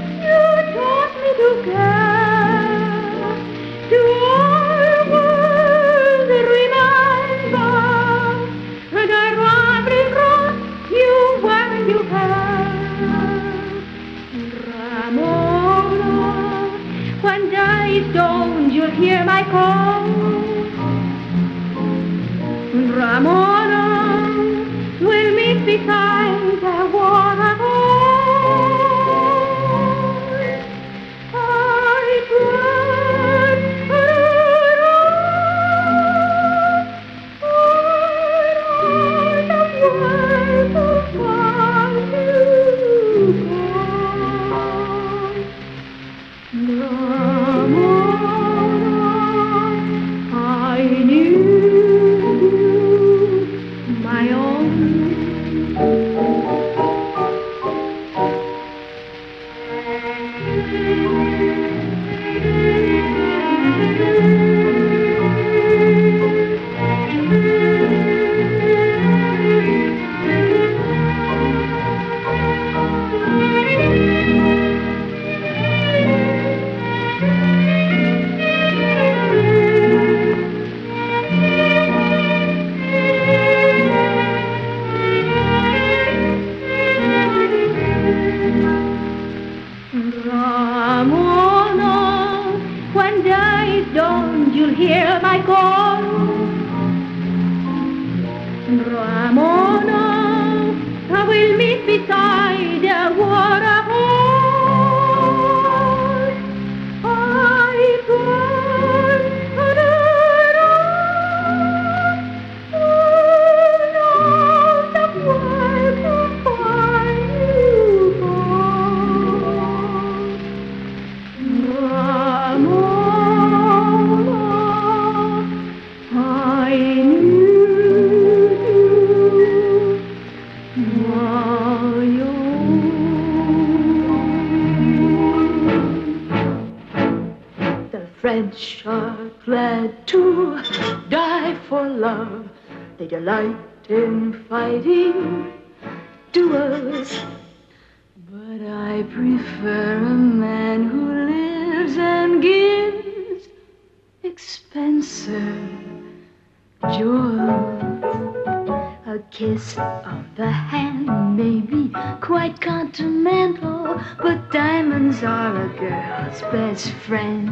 sleep beside a waterhole. I burn and burn out the way to find you gone. Ramona, I knew French are glad to die for love. They delight in fighting duels. But I prefer a man who lives and gives expensive jewels. A kiss of the hand may be quite continental, but diamonds are a girl's best friend.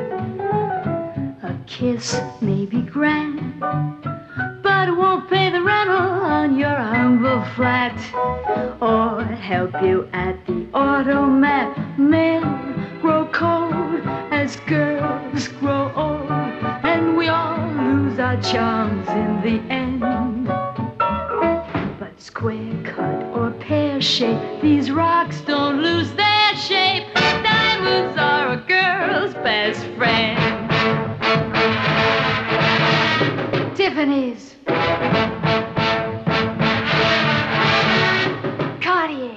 A kiss may be grand, but it won't pay the rental on your humble flat, or help you at the automat. Men grow cold as girls grow old, and we all lose our charms in the end. Square cut or pear shape, these rocks don't lose their shape. Diamonds are a girl's best friend. Tiffany's, Cartier,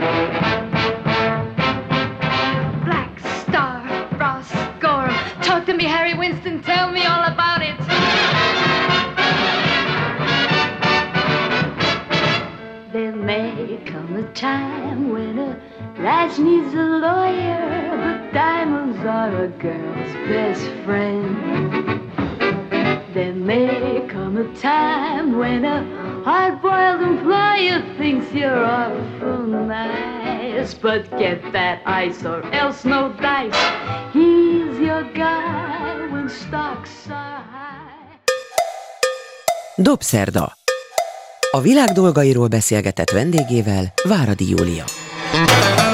Black Star, Ross Gorham. Talk to me, Harry Winston, tell me all about it. There may come a time when a lass needs a lawyer, but diamonds are a girl's best friend. There may come a time when a hard-boiled employer thinks you're awful nice, but get that ice or else no dice. He's your guy when stocks are high. Dobszerda. A világ dolgairól beszélgetett vendégével Váradi Júlia.